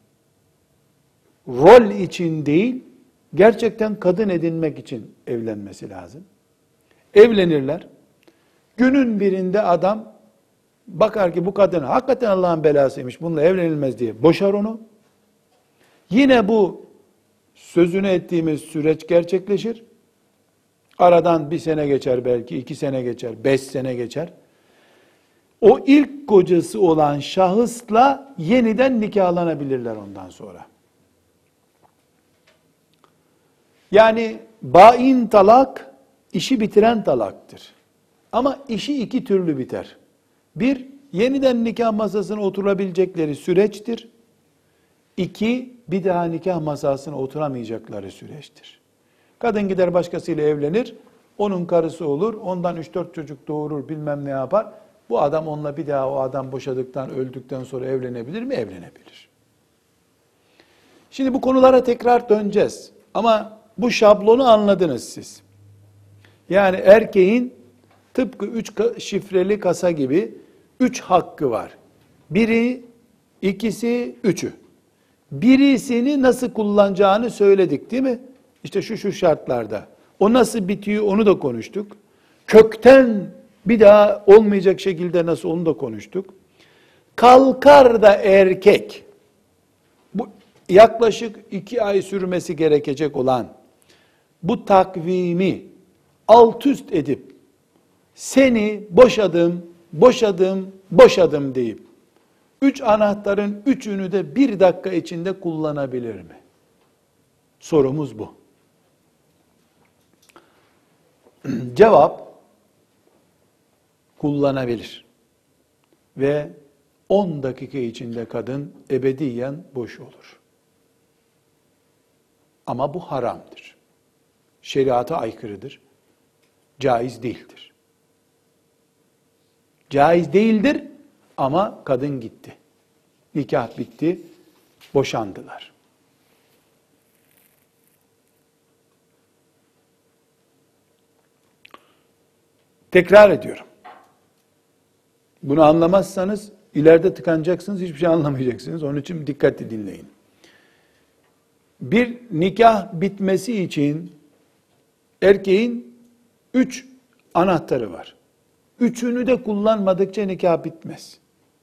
rol için değil, gerçekten kadın edinmek için evlenmesi lazım. Evlenirler. Günün birinde adam bakar ki bu kadın hakikaten Allah'ın belasıymış, bununla evlenilmez diye boşar onu. Yine bu sözünü ettiğimiz süreç gerçekleşir. Aradan bir sene geçer, belki iki sene geçer, beş sene geçer. O ilk kocası olan şahısla yeniden nikahlanabilirler ondan sonra. Yani bain talak, işi bitiren talaktır. Ama işi iki türlü biter. Bir, yeniden nikah masasına oturabilecekleri süreçtir. İki, bir daha nikah masasına oturamayacakları süreçtir. Kadın gider başkasıyla evlenir, onun karısı olur, ondan üç dört çocuk doğurur, bilmem ne yapar. Bu adam onunla bir daha, o adam boşadıktan, öldükten sonra evlenebilir mi? Evlenebilir. Şimdi bu konulara tekrar döneceğiz. Ama bu şablonu anladınız siz. Yani erkeğin tıpkı üç şifreli kasa gibi üç hakkı var. Biri, ikisi, üçü. Birisini nasıl kullanacağını söyledik değil mi? İşte şu şu şartlarda. O nasıl bitiyor onu da konuştuk. Kökten bir daha olmayacak şekilde nasıl onu da konuştuk. Kalkar da erkek, bu yaklaşık iki ay sürmesi gerekecek olan bu takvimi alt üst edip seni boşadım, boşadım, boşadım deyip üç anahtarın üçünü de bir dakika içinde kullanabilir mi? Sorumuz bu. Cevap kullanabilir. Ve on dakika içinde kadın ebediyen boş olur. Ama bu haramdır. Şeriata aykırıdır. Caiz değildir. Caiz değildir ama kadın gitti. Nikah bitti, boşandılar. Tekrar ediyorum. Bunu anlamazsanız ileride tıkanacaksınız, hiçbir şey anlamayacaksınız. Onun için dikkatli dinleyin. Bir nikah bitmesi için erkeğin üç anahtarı var. Üçünü de kullanmadıkça nikah bitmez.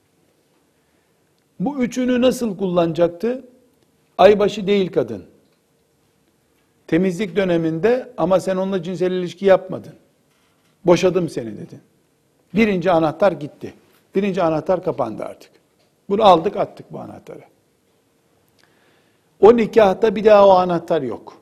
Bu üçünü nasıl kullanacaktı? Aybaşı değil kadın. Temizlik döneminde ama sen onunla cinsel ilişki yapmadın. Boşadım seni dedin. Birinci anahtar gitti. Birinci anahtar kapandı artık. Bunu aldık attık bu anahtarı. O nikahta bir daha o anahtar yok.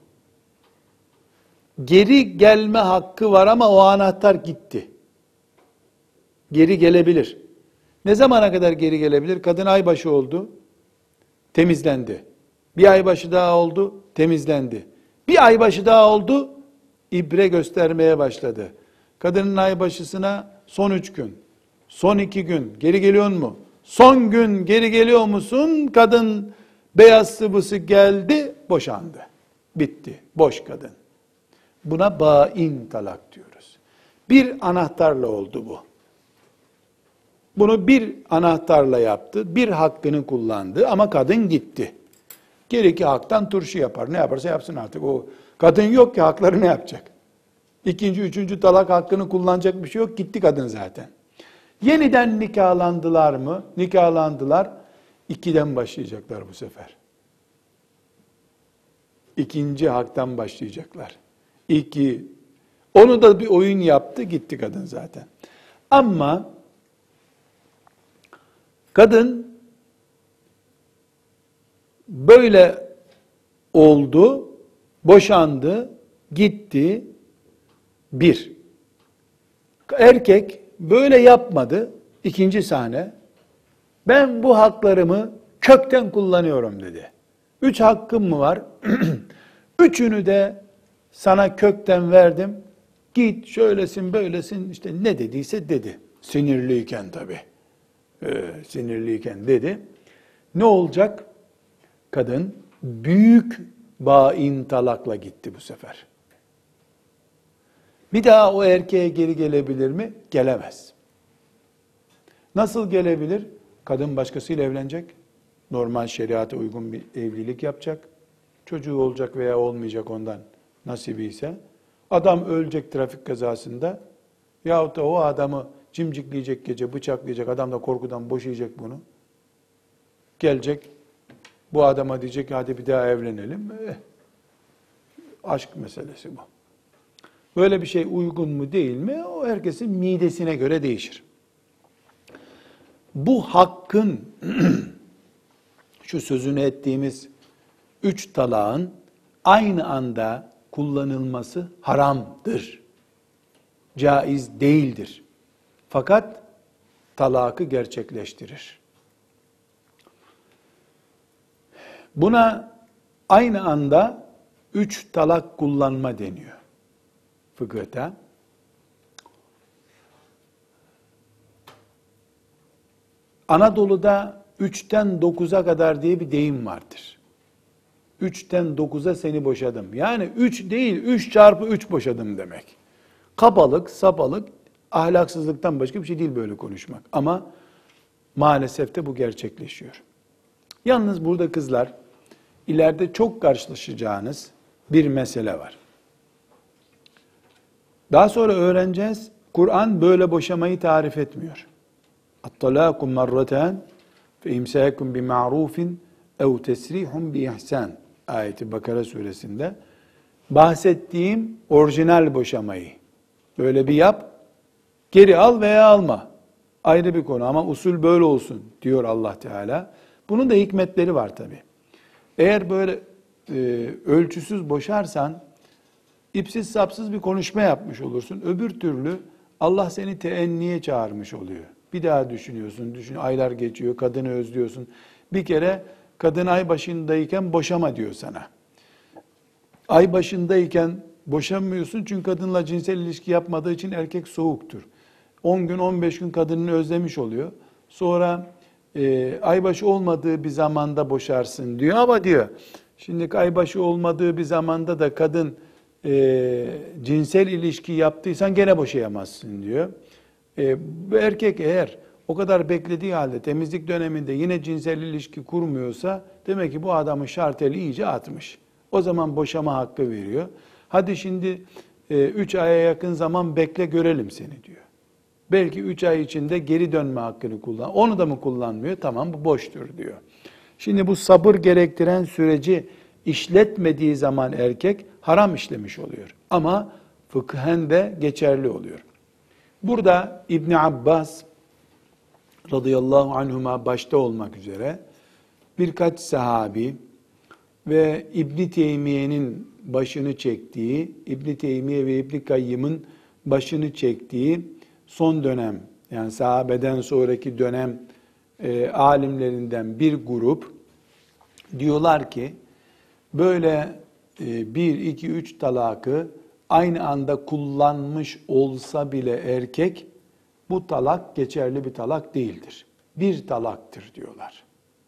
Geri gelme hakkı var ama o anahtar gitti. Geri gelebilir. Ne zamana kadar geri gelebilir? Kadın aybaşı oldu, temizlendi. Bir aybaşı daha oldu, temizlendi. Bir aybaşı daha oldu, ibre göstermeye başladı. Kadının aybaşısına son üç gün, son iki gün geri geliyor mu? Son gün geri geliyor musun? Kadın beyaz sıvısı geldi, boşandı. Bitti, boş kadın. Buna bain talak diyoruz. Bir anahtarla oldu bu. Bunu bir anahtarla yaptı, bir hakkını kullandı ama kadın gitti. Geri iki haktan turşu yapar, ne yaparsa yapsın artık. O kadın yok ki hakları ne yapacak? İkinci, üçüncü talak hakkını kullanacak bir şey yok, gitti kadın zaten. Yeniden nikahlandılar mı? Nikahlandılar, ikiden başlayacaklar bu sefer. İkinci haktan başlayacaklar. İki, onu da bir oyun yaptı, gitti kadın zaten. Ama kadın böyle oldu, boşandı, gitti. Bir, erkek böyle yapmadı, ikinci sahne, ben bu haklarımı kökten kullanıyorum dedi. Üç hakkım mı var? Üçünü de sana kökten verdim, git şöylesin böylesin, işte ne dediyse dedi. Sinirliyken tabii, ee, sinirliyken dedi. Ne olacak? Kadın büyük bain talakla gitti bu sefer. Bir daha o erkeğe geri gelebilir mi? Gelemez. Nasıl gelebilir? Kadın başkasıyla evlenecek. Normal şeriata uygun bir evlilik yapacak. Çocuğu olacak veya olmayacak ondan nasibi ise. Adam ölecek trafik kazasında. Yahut da o adamı cimcikleyecek gece, bıçaklayacak. Adam da korkudan boşayacak bunu. Gelecek. Bu adama diyecek hadi bir daha evlenelim. Eh, aşk meselesi bu. Böyle bir şey uygun mu değil mi? O herkesin midesine göre değişir. Bu hakkın şu sözünü ettiğimiz üç talağın aynı anda kullanılması haramdır. Caiz değildir. Fakat talakı gerçekleştirir. Buna aynı anda üç talak kullanma deniyor fıkıhta. Anadolu'da üçten dokuza kadar diye bir deyim vardır. Üçten dokuza seni boşadım. Yani üç değil, üç çarpı üç boşadım demek. Kabalık, sabalık, ahlaksızlıktan başka bir şey değil böyle konuşmak. Ama maalesef de bu gerçekleşiyor. Yalnız burada kızlar, ileride çok karşılaşacağınız bir mesele var. Daha sonra öğreneceğiz, Kur'an böyle boşamayı tarif etmiyor. اَطَّلَاكُمْ مَرَّتَانِ فَاِمْسَاكُمْ بِمَعْرُوفٍ اَوْ تَسْرِيحٌ بِإِحْسَانٍ ayeti Bakara suresinde bahsettiğim orijinal boşamayı böyle bir yap, geri al veya alma. Ayrı bir konu ama usul böyle olsun diyor Allah Teala. Bunun da hikmetleri var tabi. Eğer böyle e, ölçüsüz boşarsan ipsiz sapsız bir konuşma yapmış olursun. Öbür türlü Allah seni teenniye çağırmış oluyor. Bir daha düşünüyorsun. Düşün, aylar geçiyor, kadını özlüyorsun. Bir kere kadın ay başındayken boşama diyor sana. Ay başındayken boşanmıyorsun çünkü kadınla cinsel ilişki yapmadığı için erkek soğuktur. on gün on beş gün kadını özlemiş oluyor. Sonra e, aybaşı olmadığı bir zamanda boşarsın diyor ama diyor şimdi aybaşı olmadığı bir zamanda da kadın e, cinsel ilişki yaptıysan gene boşayamazsın diyor. E, bu erkek eğer o kadar beklediği halde temizlik döneminde yine cinsel ilişki kurmuyorsa demek ki bu adamın şarteli iyice atmış. O zaman boşama hakkı veriyor. Hadi şimdi üç aya yakın zaman bekle görelim seni diyor. Belki üç ay içinde geri dönme hakkını kullan. Onu da mı kullanmıyor? Tamam bu boştur diyor. Şimdi bu sabır gerektiren süreci işletmediği zaman erkek haram işlemiş oluyor. Ama fıkhen de geçerli oluyor. Burada İbn Abbas radıyallahu anhuma başta olmak üzere birkaç sahabi ve İbn Teymiye'nin başını çektiği, İbn Teymiye ve İbn Kayyım'ın başını çektiği son dönem, yani sahabeden sonraki dönem e, alimlerinden bir grup diyorlar ki böyle e, bir, iki, üç talakı aynı anda kullanmış olsa bile erkek bu talak geçerli bir talak değildir. Bir talaktır diyorlar.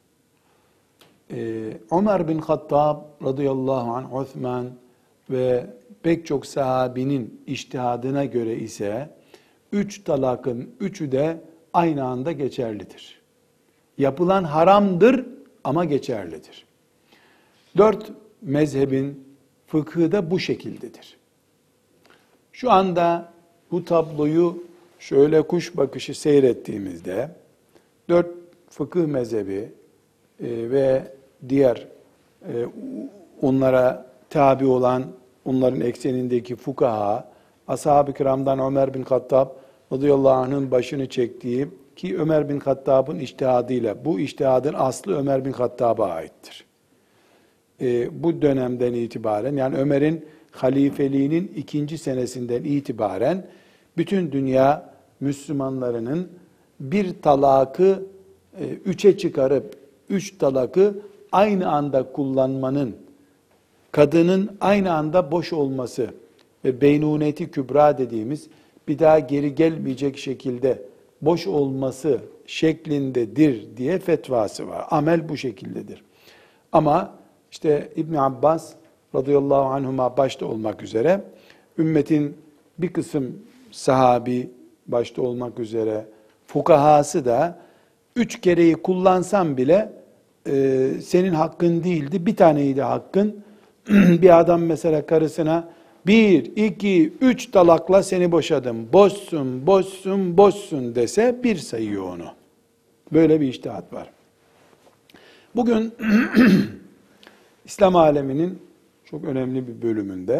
Ee, Ömer bin Hattab radıyallahu anh, Osman ve pek çok sahabinin içtihadına göre ise üç talakın üçü de aynı anda geçerlidir. Yapılan haramdır ama geçerlidir. Dört mezhebin fıkhı da bu şekildedir. Şu anda bu tabloyu şöyle kuş bakışı seyrettiğimizde dört fıkıh mezhebi e, ve diğer e, onlara tabi olan onların eksenindeki fukaha, ashab-ı kiramdan Ömer bin Hattab radıyallahu anh'ın başını çektiği ki Ömer bin Hattab'ın içtihadıyla, bu içtihadın aslı Ömer bin Hattab'a aittir. E, bu dönemden itibaren yani Ömer'in halifeliğinin ikinci senesinden itibaren bütün dünya Müslümanlarının bir talakı e, üçe çıkarıp üç talakı aynı anda kullanmanın, kadının aynı anda boş olması ve beynuneti kübra dediğimiz bir daha geri gelmeyecek şekilde boş olması şeklindedir diye fetvası var. Amel bu şekildedir. Ama işte İbn Abbas radıyallahu anhuma başta olmak üzere ümmetin bir kısım sahabi başta olmak üzere fukahası da üç kereyi kullansan bile e, senin hakkın değildi. Bir taneydi hakkın. Bir adam mesela karısına bir, iki, üç talakla seni boşadım. Boşsun, boşsun, boşsun dese bir sayıyor onu. Böyle bir içtihat var. Bugün İslam aleminin çok önemli bir bölümünde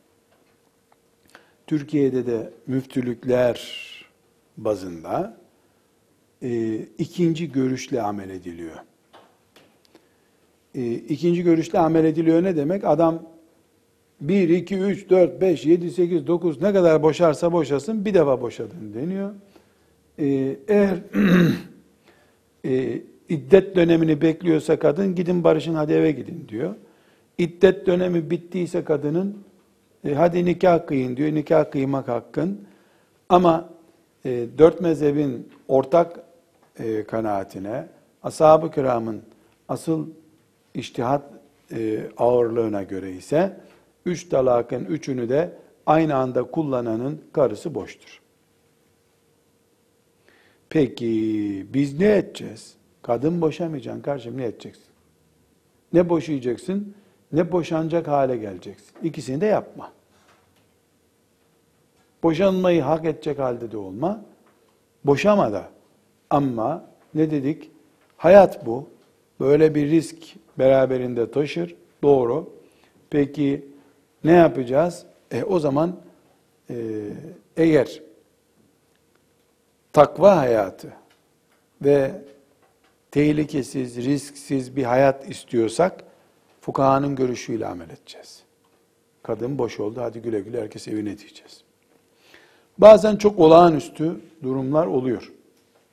Türkiye'de de müftülükler bazında e, ikinci görüşle amel ediliyor. E, ikinci görüşle amel ediliyor ne demek? Adam bir, iki, üç, dört, beş, yedi, sekiz, dokuz ne kadar boşarsa boşasın bir defa boşadın deniyor. E, eğer e, iddet dönemini bekliyorsa kadın gidin barışın hadi eve gidin diyor. İddet dönemi bittiyse kadının e, hadi nikah kıyın diyor. Nikah kıymak hakkın. Ama e, dört mezhebin ortak e, kanaatine, ashab-ı kiramın asıl içtihat e, ağırlığına göre ise üç talakın üçünü de aynı anda kullananın karısı boştur. Peki biz ne edeceğiz? Kadın boşamayacaksın kardeşim, ne edeceksin? Ne boşayacaksın, ne boşanacak hale geleceksin. İkisini de yapma. Boşanmayı hak edecek halde de olma. Boşama da. Ama ne dedik? Hayat bu. Böyle bir risk beraberinde taşır. Doğru. Peki ne yapacağız? E, o zaman e, eğer takva hayatı ve tehlikesiz, risksiz bir hayat istiyorsak fukahanın görüşüyle amel edeceğiz. Kadın boş oldu, hadi güle güle herkes evine diyeceğiz. Bazen çok olağanüstü durumlar oluyor.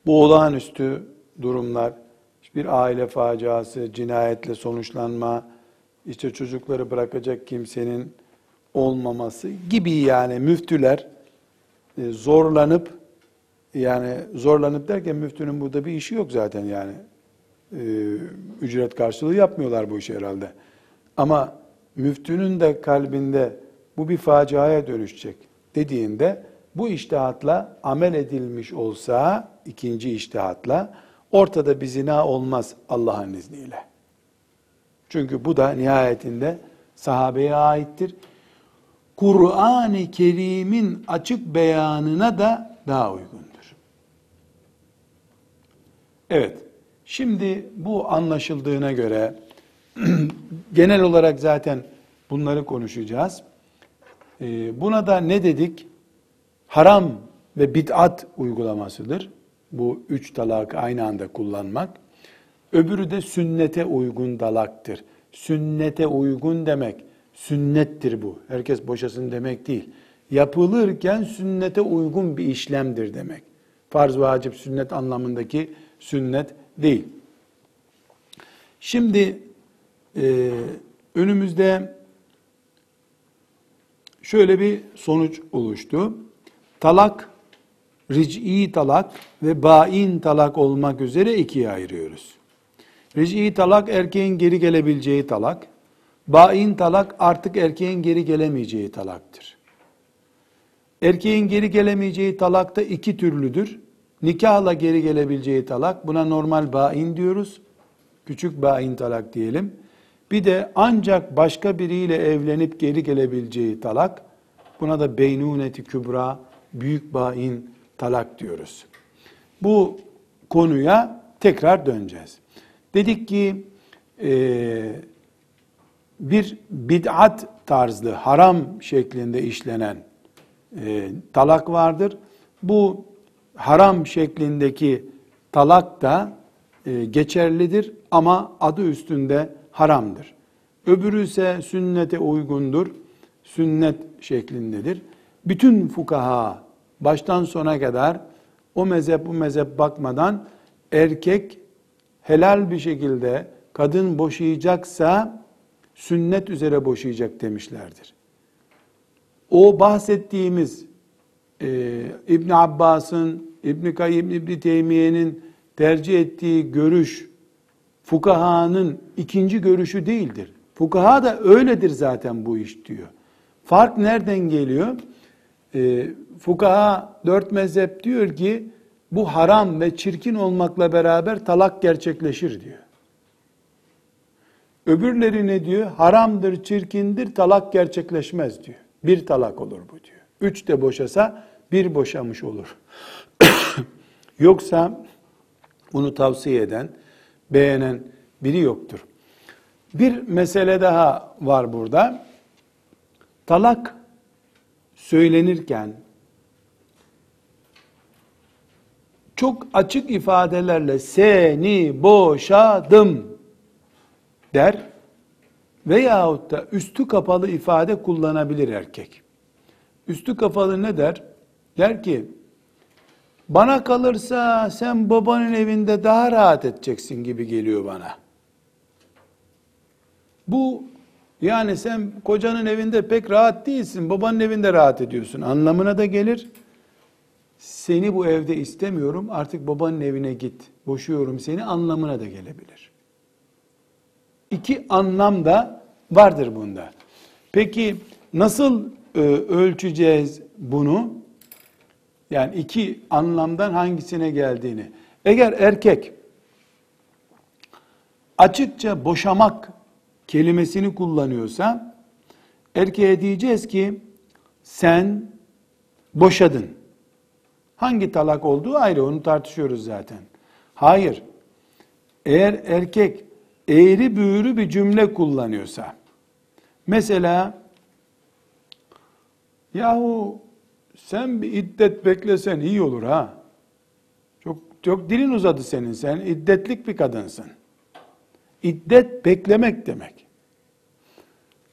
Bu olağanüstü durumlar, bir aile faciası, cinayetle sonuçlanma, işte çocukları bırakacak kimsenin olmaması gibi, yani müftüler e, zorlanıp, yani zorlanıp derken müftünün burada bir işi yok zaten yani. E, ücret karşılığı yapmıyorlar bu işi herhalde. Ama müftünün de kalbinde bu bir faciaya dönüşecek dediğinde, bu içtihatla amel edilmiş olsa, ikinci içtihatla, ortada bir zina olmaz Allah'ın izniyle. Çünkü bu da nihayetinde sahabeye aittir. Kur'an-ı Kerim'in açık beyanına da daha uygundur. Evet, şimdi bu anlaşıldığına göre genel olarak zaten bunları konuşacağız. Buna da ne dedik? Haram ve bid'at uygulamasıdır. Bu üç talakı aynı anda kullanmak. Öbürü de sünnete uygun talaktır. Sünnete uygun demek, sünnettir bu. Herkes boşasın demek değil. Yapılırken sünnete uygun bir işlemdir demek. Farz, vacip, sünnet anlamındaki sünnet değil. Şimdi e, önümüzde şöyle bir sonuç oluştu. Talak, ric'i talak ve bain talak olmak üzere ikiye ayırıyoruz. Ric'i talak erkeğin geri gelebileceği talak. Bain talak artık erkeğin geri gelemeyeceği talaktır. Erkeğin geri gelemeyeceği talak da iki türlüdür. Nikahla geri gelebileceği talak, buna normal bain diyoruz. Küçük bain talak diyelim. Bir de ancak başka biriyle evlenip geri gelebileceği talak, buna da beynuneti kübra, büyük bain talak diyoruz. Bu konuya tekrar döneceğiz. Dedik ki e, bir bid'at tarzlı, haram şeklinde işlenen e, talak vardır. Bu haram şeklindeki talak da e, geçerlidir ama adı üstünde haramdır. Öbürü ise sünnete uygundur, sünnet şeklindedir. Bütün fukaha baştan sona kadar o mezhep bu mezhep bakmadan, erkek helal bir şekilde kadın boşayacaksa sünnet üzere boşayacak demişlerdir. O bahsettiğimiz e, İbn Abbas'ın, İbn Kayyim, İbn Teymiye'nin tercih ettiği görüş fukahanın ikinci görüşü değildir. Fukaha da öyledir zaten bu iş diyor. Fark nereden geliyor? E, fukaha dört mezhep diyor ki bu haram ve çirkin olmakla beraber talak gerçekleşir diyor. Öbürleri ne diyor? Haramdır, çirkindir, talak gerçekleşmez diyor. Bir talak olur bu diyor. Üç de boşasa bir boşamış olur. Yoksa bunu tavsiye eden, beğenen biri yoktur. Bir mesele daha var burada. Talak söylenirken çok açık ifadelerle seni boşadım der veyahut da üstü kapalı ifade kullanabilir erkek. Üstü kapalı ne der? Der ki, bana kalırsa sen babanın evinde daha rahat edeceksin gibi geliyor bana. Bu, yani sen kocanın evinde pek rahat değilsin, babanın evinde rahat ediyorsun anlamına da gelir. Seni bu evde istemiyorum, artık babanın evine git, boşuyorum seni anlamına da gelebilir. İki anlam da vardır bunda. Peki nasıl e, ölçeceğiz bunu? Yani iki anlamdan hangisine geldiğini. Eğer erkek açıkça boşamak kelimesini kullanıyorsa, erkeğe diyeceğiz ki sen boşadın. Hangi talak olduğu ayrı, onu tartışıyoruz zaten. Hayır, eğer erkek eğri büğrü bir cümle kullanıyorsa, mesela yahu sen bir iddet beklesen iyi olur ha. Çok çok dilin uzadı senin. Sen iddetlik bir kadınsın. İddet beklemek demek.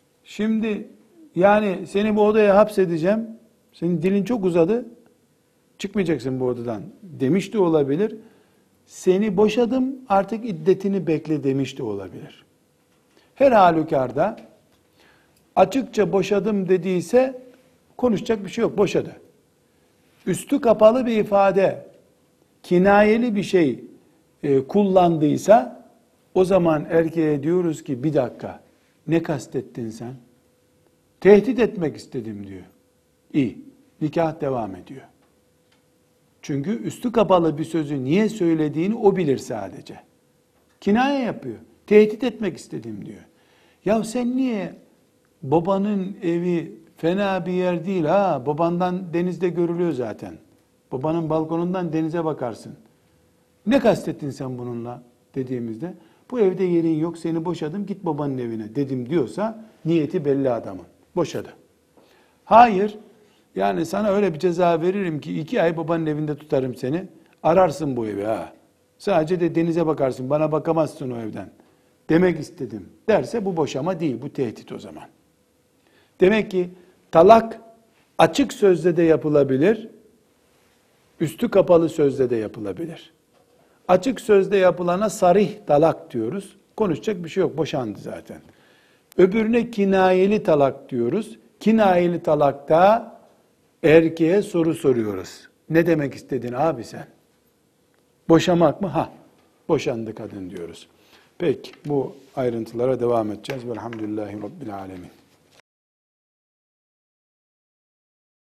Şimdi yani seni bu odaya hapsedeceğim. Senin dilin çok uzadı. çıkmayacaksın bu odadan demiş de olabilir. Seni boşadım, artık iddetini bekle demiş de olabilir. Her halükarda açıkça boşadım dediyse konuşacak bir şey yok, boşadı. Üstü kapalı bir ifade, kinayeli bir şey e, kullandıysa o zaman erkeğe diyoruz ki bir dakika, ne kastettin sen? Tehdit etmek istedim diyor. İyi, nikah devam ediyor. Çünkü üstü kapalı bir sözü niye söylediğini o bilir sadece. Kinaye yapıyor. Tehdit etmek istedim diyor. Ya sen niye babanın evi fena bir yer değil ha? Babandan denizde görülüyor zaten. Babanın balkonundan denize bakarsın. Ne kastettin sen bununla dediğimizde bu evde yerin yok, seni boşadım, git babanın evine dedim diyorsa niyeti belli adamın. Boşadı. Hayır, yani sana öyle bir ceza veririm ki iki ay babanın evinde tutarım seni. Ararsın bu evi ha. Sadece de denize bakarsın, bana bakamazsın o evden. Demek istedim derse bu boşama değil, bu tehdit o zaman. Demek ki talak açık sözle de yapılabilir, üstü kapalı sözle de yapılabilir. Açık sözde yapılana sarih talak diyoruz. Konuşacak bir şey yok, boşandı zaten. Öbürüne kinayeli talak diyoruz. Kinayeli talakta erkeğe soru soruyoruz. Ne demek istedin abi sen? Boşamak mı? Ha, boşandı kadın diyoruz. Peki bu ayrıntılara devam edeceğiz. Velhamdülillahi Rabbil Alemin.